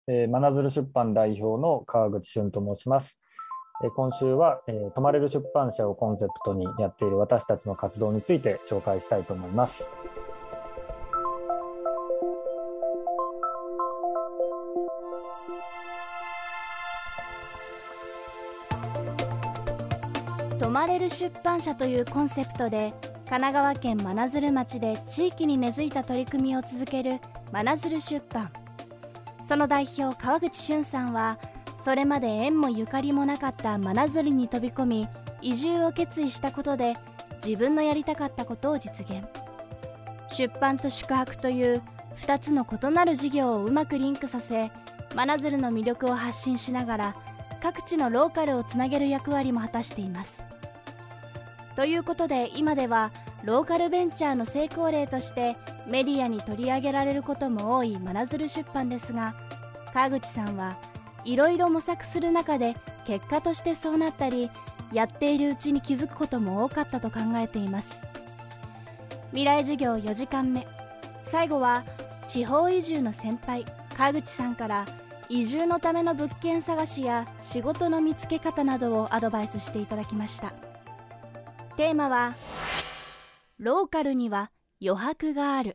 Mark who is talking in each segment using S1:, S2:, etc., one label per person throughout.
S1: 真鶴出版代表の川口俊と申します。今週は、泊まれる出版社をコンセプトにやっている私たちの活動について紹介したいと思います。
S2: 泊まれる出版社というコンセプトで神奈川県真鶴町で地域に根付いた取り組みを続ける真鶴出版。その代表川口俊さんはそれまで縁もゆかりもなかった真鶴に飛び込み移住を決意したことで自分のやりたかったことを実現。出版と宿泊という2つの異なる事業をうまくリンクさせ真鶴の魅力を発信しながら各地のローカルをつなげる役割も果たしています。ということで今ではローカルベンチャーの成功例としてメディアに取り上げられることも多い真鶴出版ですが、川口さんはいろいろ模索する中で結果としてそうなったりやっているうちに気づくことも多かったと考えています。未来授業4時間目、最後は地方移住の先輩川口さんから移住のための物件探しや仕事の見つけ方などをアドバイスしていただきました。テーマはローカルには余白がある。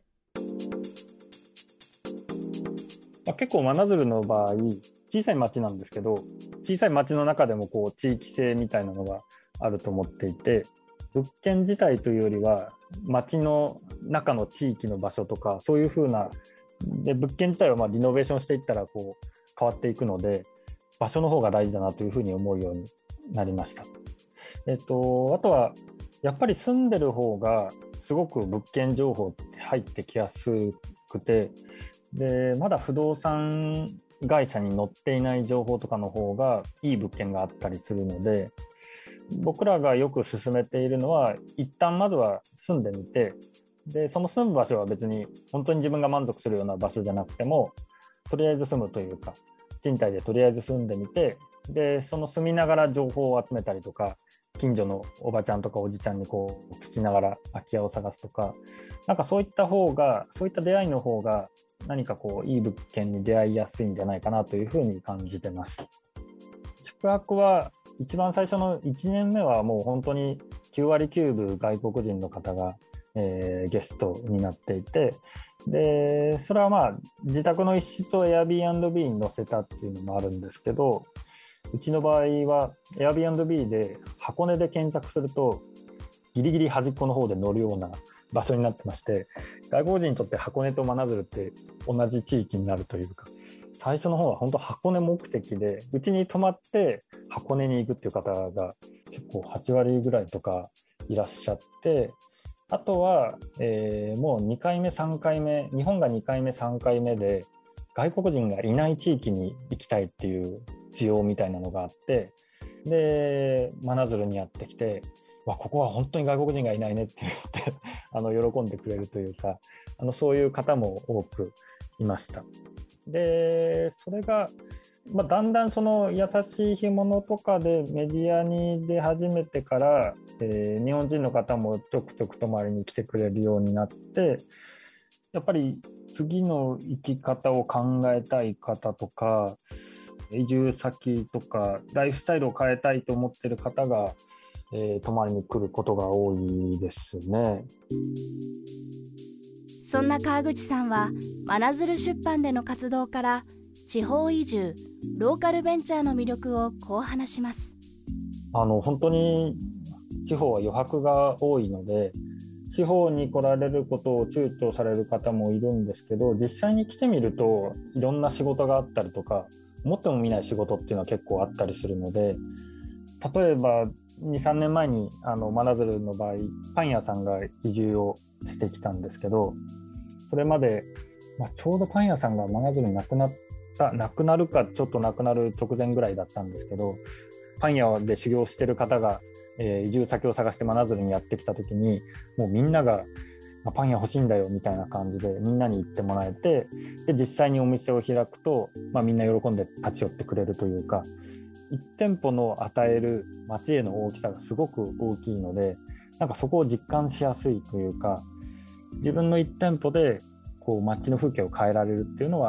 S1: 結構真鶴の場合小さい町なんですけど、小さい町の中でも地域性みたいなのがあると思っていて、物件自体というよりは町の中の地域の場所とかそういう風なで物件自体はリノベーションしていったら変わっていくので場所の方が大事だなというふうに思うようになりました。あとはやっぱり住んでる方がすごく物件情報って入ってきやすくて、でまだ不動産会社に載っていない情報とかの方がいい物件があったりするので、僕らがよく勧めているのは一旦まずは住んでみて、でその住む場所は別に本当に自分が満足するような場所じゃなくてもとりあえず住むというか賃貸でとりあえず住んでみて、でその住みながら情報を集めたりとか近所のおばちゃんとかおじちゃんに聞きながら空き家を探すとか、なんかそういった出会いの方が何かいい物件に出会いやすいんじゃないかなというふうに感じてます。宿泊は一番最初の1年目はもう本当に9割9分外国人の方が、ゲストになっていて、でそれは自宅の一室を Airbnb に載せたっていうのもあるんですけど、うちの場合は Airbnb で箱根で検索するとギリギリ端っこの方で乗るような場所になってまして、外国人にとって箱根と真鶴って同じ地域になるというか、最初の方は本当箱根目的でうちに泊まって箱根に行くっていう方が結構8割ぐらいとかいらっしゃって、あとは、もう2回目3回目、日本が2回目3回目で外国人がいない地域に行きたいっていう需要みたいなのがあって、で真鶴にやってきて、ここは本当に外国人がいないねって言って喜んでくれるというか、そういう方も多くいました。でそれが、だんだんその優しい干物とかでメディアに出始めてから、日本人の方もちょくちょく泊まりに来てくれるようになって、やっぱり次の生き方を考えたい方とか移住先とかライフスタイルを変えたいと思っている方が、泊まりに来ることが多いですね。
S2: そんな川口さんは真鶴出版での活動から地方移住、ローカルベンチャーの魅力をこう話します。
S1: 本当に地方は余白が多いので地方に来られることを躊躇される方もいるんですけど、実際に来てみるといろんな仕事があったりとか思っても見ない仕事っていうのは結構あったりするので、例えば 2,3 年前に真鶴の場合パン屋さんが移住をしてきたんですけど、それまで、ちょうどパン屋さんが真鶴になくなるかちょっとなくなる直前ぐらいだったんですけど、パン屋で修行してる方が、移住先を探して真鶴にやってきた時にもうみんながパン屋欲しいんだよみたいな感じでみんなに言ってもらえて、で実際にお店を開くと、みんな喜んで立ち寄ってくれるというか、1店舗の与える町への大きさがすごく大きいので、なんかそこを実感しやすいというか、自分の1店舗で町の風景を変えられるっていうのは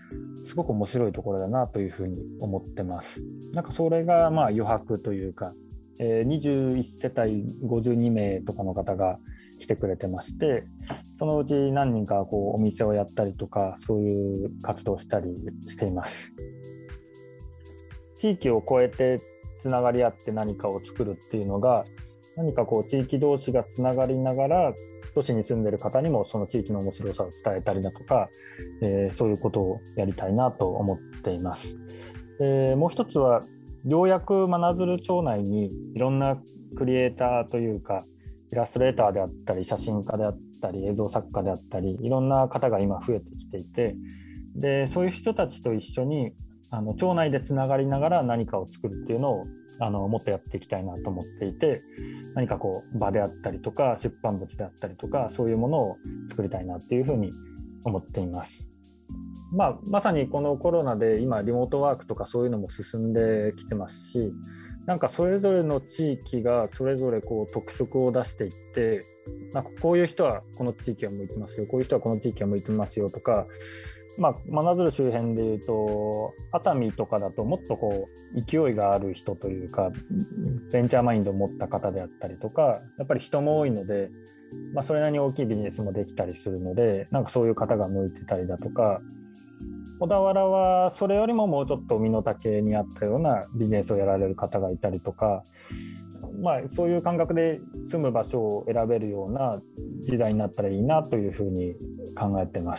S1: すごく面白いところだなというふうに思ってます。なんかそれが余白というか、21世帯52名とかの方が来てくれてまして、そのうち何人かお店をやったりとか、そういう活動をしたりしています。地域を越えてつながり合って何かを作るっていうのが、何か地域同士がつながりながら、都市に住んでいる方にもその地域の面白さを伝えたりだとか、そういうことをやりたいなと思っています。もう一つは、ようやく真鶴町内にいろんなクリエイターというか、イラストレーターであったり、写真家であったり、映像作家であったり、いろんな方が今増えてきていて、でそういう人たちと一緒に町内でつながりながら何かを作るっていうのをもっとやっていきたいなと思っていて、何か場であったりとか出版物であったりとか、そういうものを作りたいなっていうふうに思っています。まさにこのコロナで今リモートワークとかそういうのも進んできてますし、なんかそれぞれの地域がそれぞれ特色を出していって、こういう人はこの地域は向いてますよ、こういう人はこの地域は向いてますよとか、真鶴周辺でいうと熱海とかだともっと勢いがある人というか、ベンチャーマインドを持った方であったりとか、やっぱり人も多いので、それなりに大きいビジネスもできたりするので、なんかそういう方が向いてたりだとか、小田原はそれよりももうちょっと身の丈に合ったようなビジネスをやられる方がいたりとか、そういう感覚で住む場所を選べるような時代になったらいいなというふうに考えてます。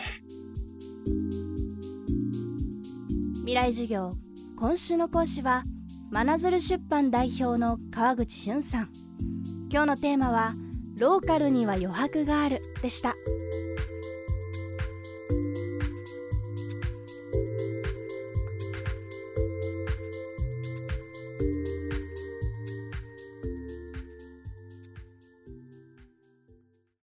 S2: 未来授業、今週の講師は真鶴出版代表の川口俊さん。今日のテーマはローカルには余白があるでした。